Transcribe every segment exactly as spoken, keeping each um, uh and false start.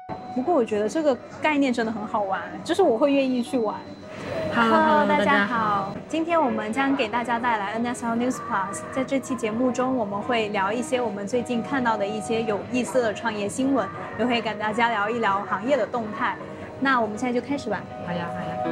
不过我觉得这个概念真的很好玩，就是我会愿意去玩。 Hello， 大家好，今天我们将给大家带来 N S L News Plus。在这期节目中，我们会聊一些我们最近看到的一些有意思的创业新闻，也会跟大家聊一聊行业的动态。那我们现在就开始吧。 好呀，好呀。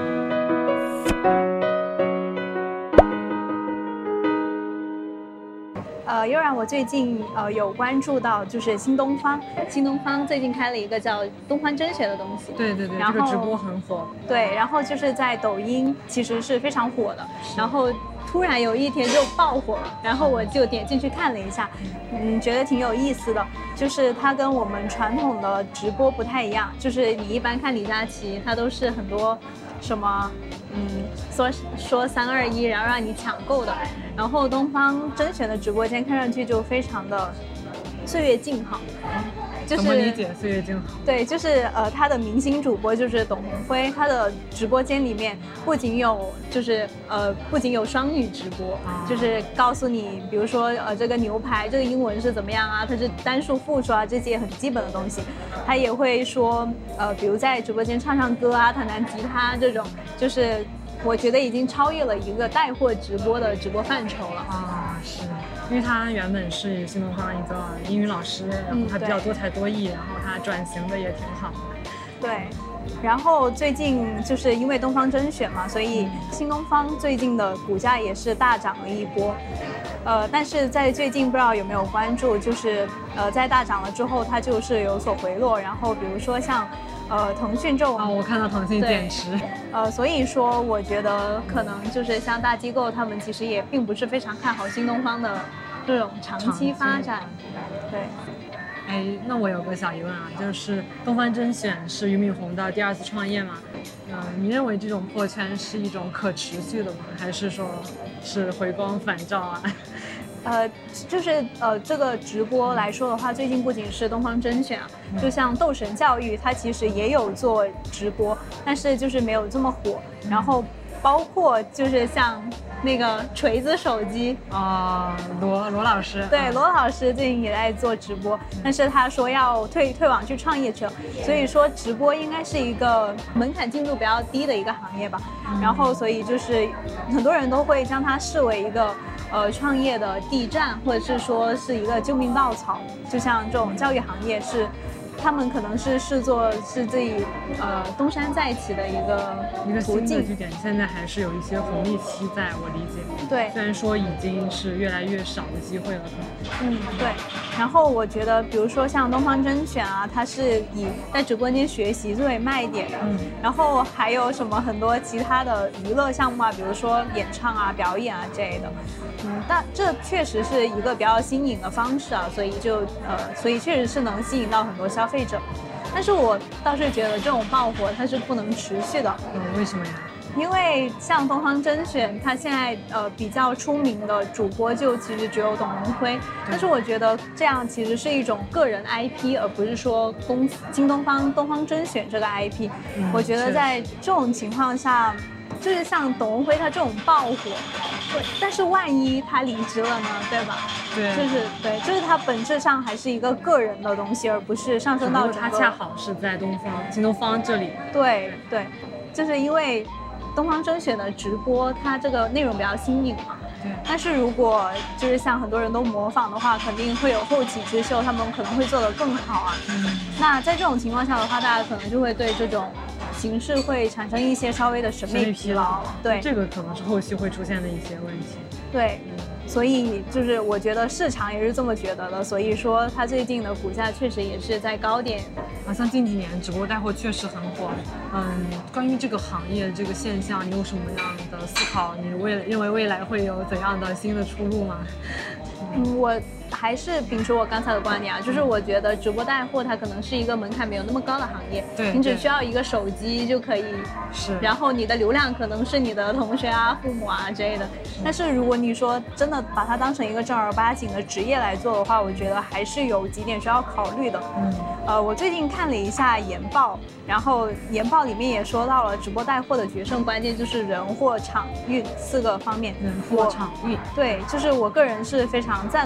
呃，悠然，我最近呃有关注到，就是新东方，新东方最近开了一个叫东方甄选的东西。 对对对， 然后这个直播很火。 对，然后就是在抖音其实是非常火的，然后突然有一天就爆火了，然后我就点进去看了一下，嗯，觉得挺有意思的，就是它跟我们传统的直播不太一样，就是你一般看李佳琦，他都是很多什么。嗯，说说三二一，然后让你抢购的。然后东方甄选的直播间看上去就非常的岁月静好，就是怎么理解岁月静好？ 对，就是呃，他的明星主播就是董宏辉，他的直播间里面不仅有就是呃，不仅有双语直播， 啊、 就是告诉你，比如说呃，这个牛排这个英文是怎么样啊，它是单数复数啊，这些很基本的东西。他也会说呃，比如在直播间唱唱歌啊，弹弹吉他这种，就是我觉得已经超越了一个带货直播的直播范畴了啊，是。因为他原本是新东方一个英语老师，然后他比较多才多艺，然后他转型的也挺好的。 对，然后最近就是因为东方甄选嘛，所以新东方最近的股价也是大涨了一波。呃，但是在最近不知道有没有关注，就是呃在大涨了之后，它就是有所回落。然后比如说像呃腾讯这种， 啊，我看到腾讯减持。 呃，所以说我觉得可能就是像大机构他们其实也并不是非常看好新东方的这种长期发展。对。 哎，那我有个小疑问啊，就是东方甄选是俞敏洪的第二次创业嘛？嗯、呃，你认为这种破圈是一种可持续的吗？还是说是回光返照啊？ 呃，就是呃，这个直播来说的话，最近不仅是东方甄选啊， 嗯、 就像斗神教育，它其实也有做直播，但是就是没有这么火。 嗯、 然后包括就是像那个锤子手机啊，罗罗老师， 对，罗老师最近也在做直播， 嗯、 但是他说要退退网去创业去了，所以说直播应该是一个门槛进入比较低的一个行业吧。 嗯、 然后所以就是很多人都会将它视为一个。呃，创业的地战，或者是说是一个救命稻草，就像这种教育行业是，他们可能是视作是自己呃东山再起的一个一个途径。 新的据点，现在还是有一些红利期在，我理解。 对， 虽然说已经是越来越少的机会了。 嗯，对。然后我觉得，比如说像东方甄选啊，它是以在直播间学习作为卖点的。 嗯。 然后还有什么很多其他的娱乐项目啊，比如说演唱啊、表演啊这类的。嗯，但这确实是一个比较新颖的方式啊，所以就呃，所以确实是能吸引到很多消费者。但是我倒是觉得这种爆火它是不能持续的。 嗯，为什么呀？ 因为像东方甄选，它现在呃比较出名的主播就其实只有董宏辉，但是我觉得这样其实是一种个人 I P， 而不是说公司京东方东方甄选这个 I P。 嗯、 我觉得在这种情况下，就是像董宏辉他这种爆火，对，但是万一他离职了呢，对吧？ 对， 就是对，就是他本质上还是一个个人的东西，而不是上升到整个。 他恰好是在东方京东方这里。 对对，就是因为。东方甄选的直播，它这个内容比较新颖嘛。 对。 但是如果就是像很多人都模仿的话，肯定会有后起之秀，他们可能会做得更好啊。 嗯。 那在这种情况下的话，大家可能就会对这种形式会产生一些稍微的审美疲劳。对。 这个可能是后期会出现的一些问题。 对。嗯。所以就是我觉得市场也是这么觉得的，所以说它最近的股价确实也是在高点。 好像近几年直播带货确实很火。嗯，关于这个行业这个现象，你有什么样的思考？你未认为未来会有怎样的新的出路吗？ 嗯，我还是秉持我刚才的观点啊，就是我觉得直播带货它可能是一个门槛没有那么高的行业， 对， 你只需要一个手机就可以， 是， 然后你的流量可能是你的同学啊、父母啊之类的。但是如果你说真的把它当成一个正儿八经的职业来做的话，我觉得还是有几点需要考虑的。 嗯， 呃，我最近看了一下研报，然后研报里面也说到了直播带货的决胜关键就是人、货、场、运四个方面。 人、货、场、运。 对，就是我个人是非常赞同这个观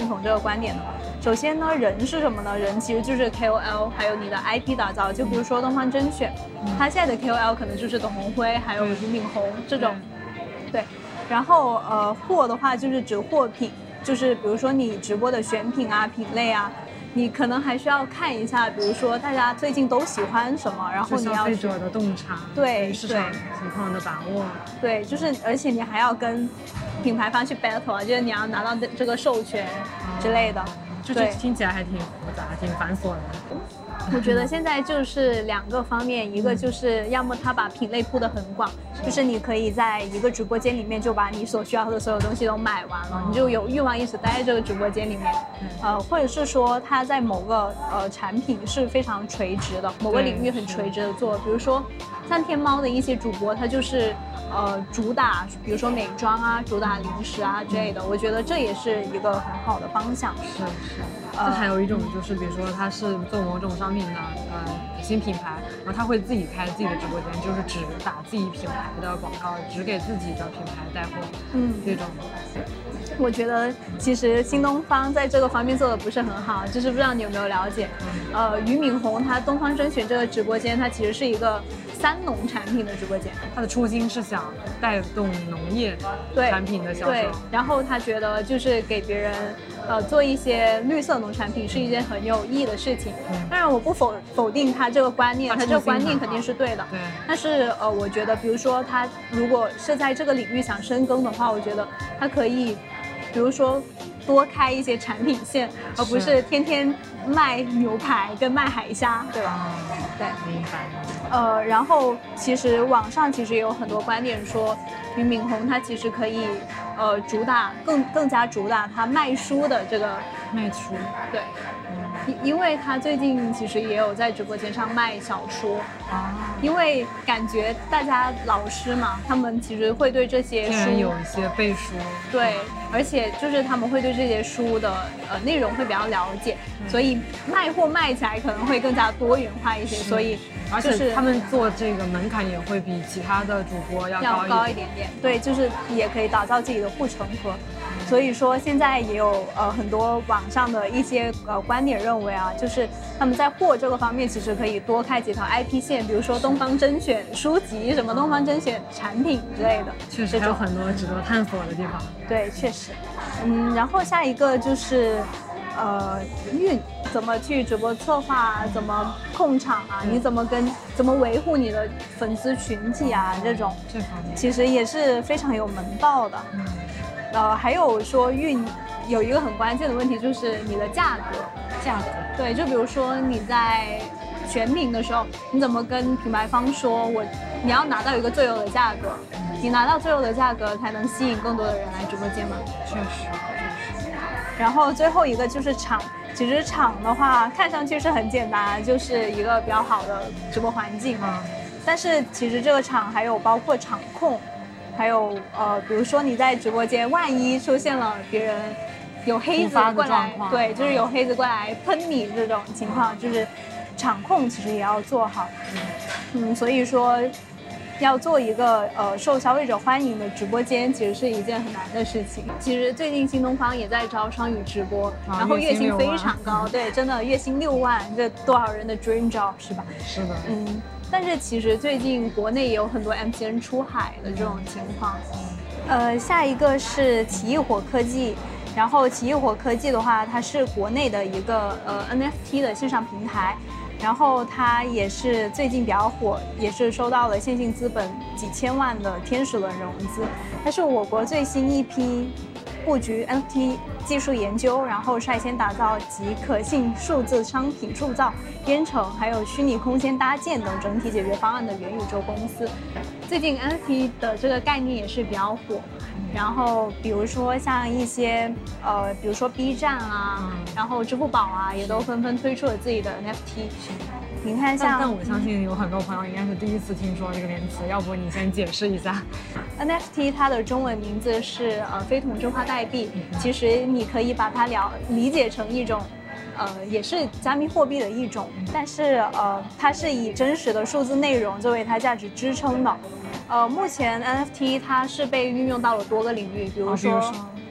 观点的。首先呢，人是什么呢？人其实就是 K O L， 还有你的 I P 打造。就比如说东方甄选，他现在的 K O L 可能就是董宏辉，还有俞敏洪这种。对，然后呃，货的话就是指货品，就是比如说你直播的选品啊、品类啊，你可能还需要看一下，比如说大家最近都喜欢什么，然后你要消费者的洞察， 对市场情况的把握， 对，就是而且你还要跟品牌方去 battle 啊，就是你要拿到这个授权之类的。哦， 就这听起来还挺复杂、挺繁琐的。 我觉得现在就是两个方面，一个就是要么他把品类铺得很广，就是你可以在一个直播间里面就把你所需要的所有东西都买完了，你就有欲望一直待在这个直播间里面，呃，或者是说他在某个呃产品是非常垂直的，某个领域很垂直的做，比如说像天猫的一些主播，他就是呃主打，比如说美妆啊，主打零食啊之类的，我觉得这也是一个很好的方向。 是是。这还有一种就是，比如说他是做某种商品的呃新品牌，然后他会自己开自己的直播间，就是只打自己品牌的广告，只给自己的品牌带货，嗯，这种。 我觉得其实新东方在这个方面做的不是很好，就是不知道你有没有了解，呃，俞敏洪他东方甄选这个直播间，它其实是一个三农产品的直播间， 他的初心是想带动农业产品的销售， 对，然后他觉得就是给别人呃做一些绿色农产品是一件很有意义的事情。嗯、当然我不否否定他这个观念，他这个观念肯定是对的。 对。 但是呃，我觉得比如说他如果是在这个领域想深耕的话，我觉得他可以。比如说多开一些产品线，而不是天天卖牛排跟卖海虾，对吧？ 嗯、 对， 明白。 呃，然后其实网上其实也有很多观点说，俞敏洪他其实可以呃主打更更加主打他卖书的这个卖书， 对。因因为他最近其实也有在直播间上卖小说啊，因为感觉大家老师嘛，他们其实会对这些书有一些背书， 对，而且就是他们会对这些书的呃内容会比较了解，所以卖货卖起来可能会更加多元化一些，所以而且他们做这个门槛也会比其他的主播要要高一点点，对，就是也可以打造自己的护城河。所以说现在也有呃很多网上的一些呃观点认为啊，就是他们在货这个方面其实可以多开几条 I P 线，比如说东方甄选书籍、什么东方甄选产品之类的， 确实还有很多值得探索的地方。 对，确实。嗯，然后下一个就是呃运怎么去直播策划，怎么控场啊，你怎么跟怎么维护你的粉丝群体啊，这种这方面其实也是非常有门道的。嗯。呃，还有说运有一个很关键的问题，就是你的价格， 价格， 对，就比如说你在选品的时候，你怎么跟品牌方说，我你要拿到一个最优的价格，你拿到最优的价格才能吸引更多的人来直播间嘛。 确实，确实。 然后最后一个就是场，其实场的话看上去是很简单，就是一个比较好的直播环境嘛，但是其实这个场还有包括场控。还有呃，比如说你在直播间，万一出现了别人有黑子过来，对，就是有黑子过来喷你这种情况，就是场控其实也要做好。嗯，所以说要做一个呃受消费者欢迎的直播间，其实是一件很难的事情。其实最近新东方也在招双语直播， 啊、 然后月薪非常高，对，真的月薪六万，这多少人的 dream job 是吧？ 是的， 嗯。但是其实最近国内也有很多 M C N 出海的这种情况。呃，下一个是奇异火科技，然后奇异火科技的话，它是国内的一个呃 N F T 的线上平台，然后它也是最近比较火，也是收到了线性资本几千万的天使轮融资，它是我国最新一批布局 N F T 技术研究，然后率先打造集可信数字商品铸造、编程还有虚拟空间搭建等整体解决方案的元宇宙公司。最近 N F T 的这个概念也是比较火，然后比如说像一些呃，比如说 B 站啊，然后支付宝啊，也都纷纷推出了自己的 N F T。你看像， 但, 但我相信有很多朋友应该是第一次听说这个名词，要不你先解释一下。 N F T 它的中文名字是呃非同质化代币，其实你可以把它了理解成一种，呃也是加密货币的一种，但是呃它是以真实的数字内容作为它价值支撑的。呃，目前 N F T 它是被运用到了多个领域，比如说， 哦、比如说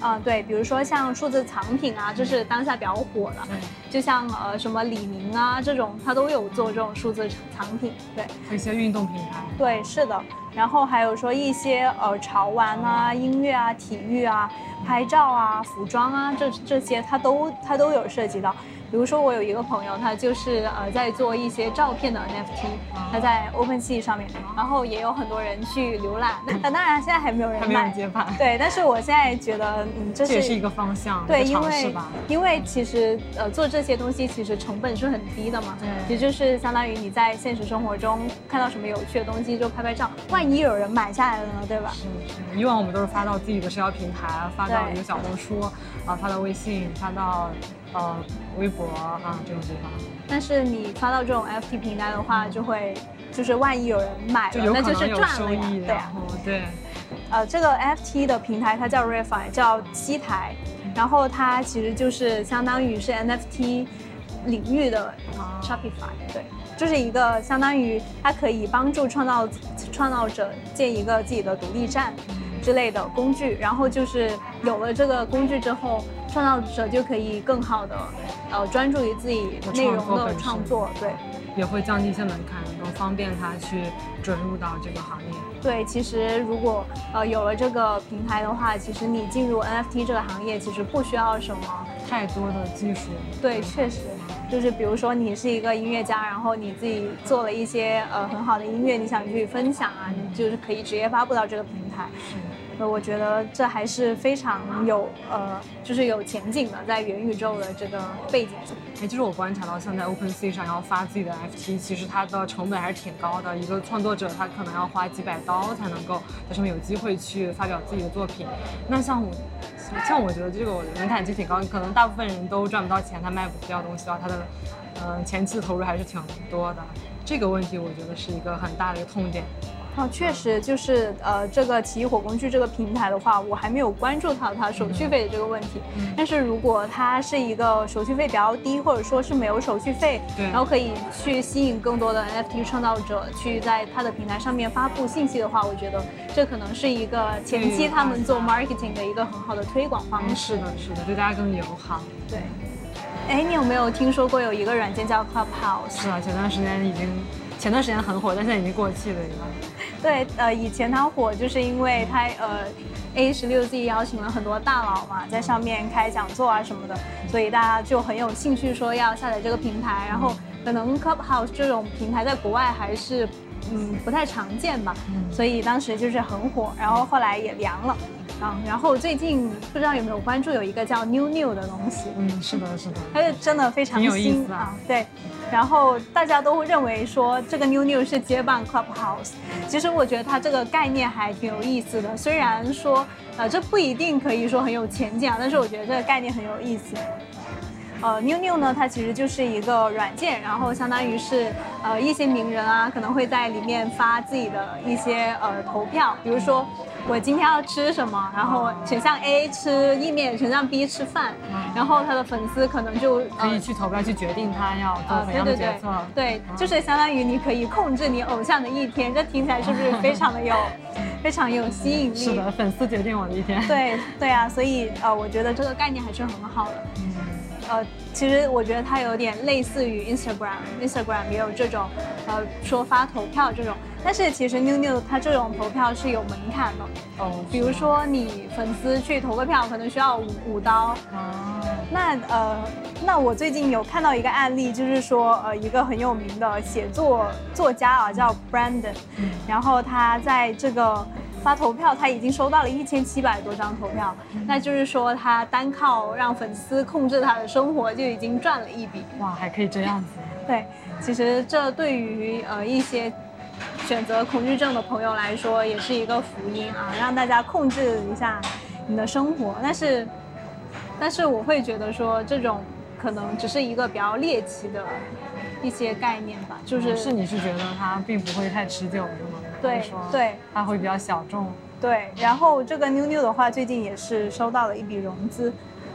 啊、呃，对，比如说像数字藏品啊，这是当下比较火的， 对， 就像呃什么李宁啊这种，它都有做这种数字藏品，对， 一些运动品牌， 对，是的。然后还有说一些呃潮玩啊、音乐啊、体育啊、拍照啊、服装啊，这这些它都它都有涉及到。比如说我有一个朋友，他就是呃在做一些照片的 N F T， 他在 OpenSea 上面，然后也有很多人去浏览。但当然现在还没有人买， 还没有接盘。 对，但是我现在觉得，嗯，这是这也是一个方向， 对， 一因为吧因为其实呃做这些东西其实成本是很低的嘛，也就是相当于你在现实生活中看到什么有趣的东西就拍拍照，万一有人买下来了呢，对吧？ 是是，以往我们都是发到自己的社交平台，发到一个小红书啊，发到微信，发到呃微博啊这种地方。 但是你发到这种 F T 平台的话，就会就是万一有人买了，那就是赚了呀，对呀， 对。 呃，这个 F T 的平台它叫 Refi， 叫西台，然后它其实就是相当于是 N F T 领域的 Shopify， 对，就是一个相当于它可以帮助创造创造者建一个自己的独立站之类的工具，然后就是有了这个工具之后，创造者就可以更好的呃专注于自己内容的创作，对， 也会降低一些门槛，更方便他去准入到这个行业。 对，其实如果呃有了这个平台的话，其实你进入 N F T 这个行业其实不需要什么太多的技术。 对，确实，就是比如说你是一个音乐家，然后你自己做了一些呃很好的音乐，你想去分享啊，你就是可以直接发布到这个平台。呃，我觉得这还是非常有呃，就是有前景的，在元宇宙的这个背景下。 哎，就是我观察到，像在 OpenSea 上要发自己的 F T， 其实它的成本还是挺高的。一个创作者他可能要花几百刀才能够在上面有机会去发表自己的作品。那像我，像我觉得这个门槛就挺高，可能大部分人都赚不到钱，他卖不掉东西的话，他的嗯、呃、前期的投入还是挺多的。这个问题我觉得是一个很大的一个痛点。 哦，确实就是呃，这个奇异火工具这个平台的话，我还没有关注到它手续费的这个问题。嗯、但是如果它是一个手续费比较低，或者说是没有手续费，然后可以去吸引更多的 N F T 创造者去在它的平台上面发布信息的话，我觉得这可能是一个前期他们做 marketing 的一个很好的推广方式。 是的，是的，对大家更友好。 对。哎，你有没有听说过有一个软件叫 Clubhouse？ 是啊，前段时间已经。前段时间很火，但现在已经过气了一个。 对，呃，以前它火就是因为它呃 A 十六 Z 邀请了很多大佬嘛，在上面开讲座啊什么的，所以大家就很有兴趣说要下载这个平台。然后可能 Clubhouse 这种平台在国外还是嗯不太常见吧，所以当时就是很火，然后后来也凉了。啊，然后最近不知道有没有关注有一个叫 New New 的东西， 嗯，是的，是的， 它是真的非常新， 挺有意思啊， 对。然后大家都认为说这个 New New 是接棒 Clubhouse， 其实我觉得它这个概念还挺有意思的。虽然说呃这不一定可以说很有前景啊，但是我觉得这个概念很有意思。呃 ，New New 呢，它其实就是一个软件，然后相当于是呃一些名人啊可能会在里面发自己的一些呃投票，比如说我今天要吃什么，然后选项 A 吃意面，选项 B 吃饭，然后他的粉丝可能就、呃、 可以去投票去决定他要做怎样的决策。呃、 对, 对, 对, 对，就是相当于你可以控制你偶像的一天，这听起来是不是非常的有非常有吸引力？ 是的，粉丝决定我的一天。 对对啊，所以呃，我觉得这个概念还是很好的。嗯。呃，其实我觉得它有点类似于 Instagram，Instagram 也有这种，呃，说发投票这种，但是其实 New New 它这种投票是有门槛的。哦。比如说你粉丝去投个票，可能需要五五刀。哦。那呃，那我最近有看到一个案例，就是说呃，一个很有名的写作作家啊，叫 Brandon，、嗯、然后他在这个。发投票，他已经收到了一千七百多张投票，嗯、那就是说他单靠让粉丝控制他的生活就已经赚了一笔。 哇，还可以这样子。 对，其实这对于呃一些选择恐惧症的朋友来说也是一个福音啊，让大家控制一下你的生活。但是，但是我会觉得说这种可能只是一个比较猎奇的一些概念吧，就是、 嗯、是你是觉得它并不会太持久是吗？ 对对， 它会比较小众。 对，然后这个 New New 的话，最近也是收到了一笔融资，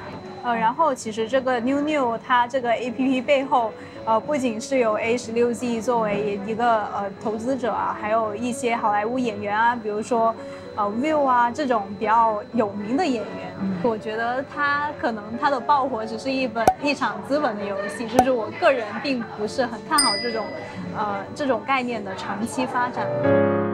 呃，然后其实这个 New New 它这个 A P P 背后，呃，不仅是有 A 十六 Z 作为一个呃投资者啊，还有一些好莱坞演员啊，比如说呃 Will 啊这种比较有名的演员。嗯、我觉得它可能它的爆火只是一本一场资本的游戏，就是我个人并不是很看好这种呃这种概念的长期发展。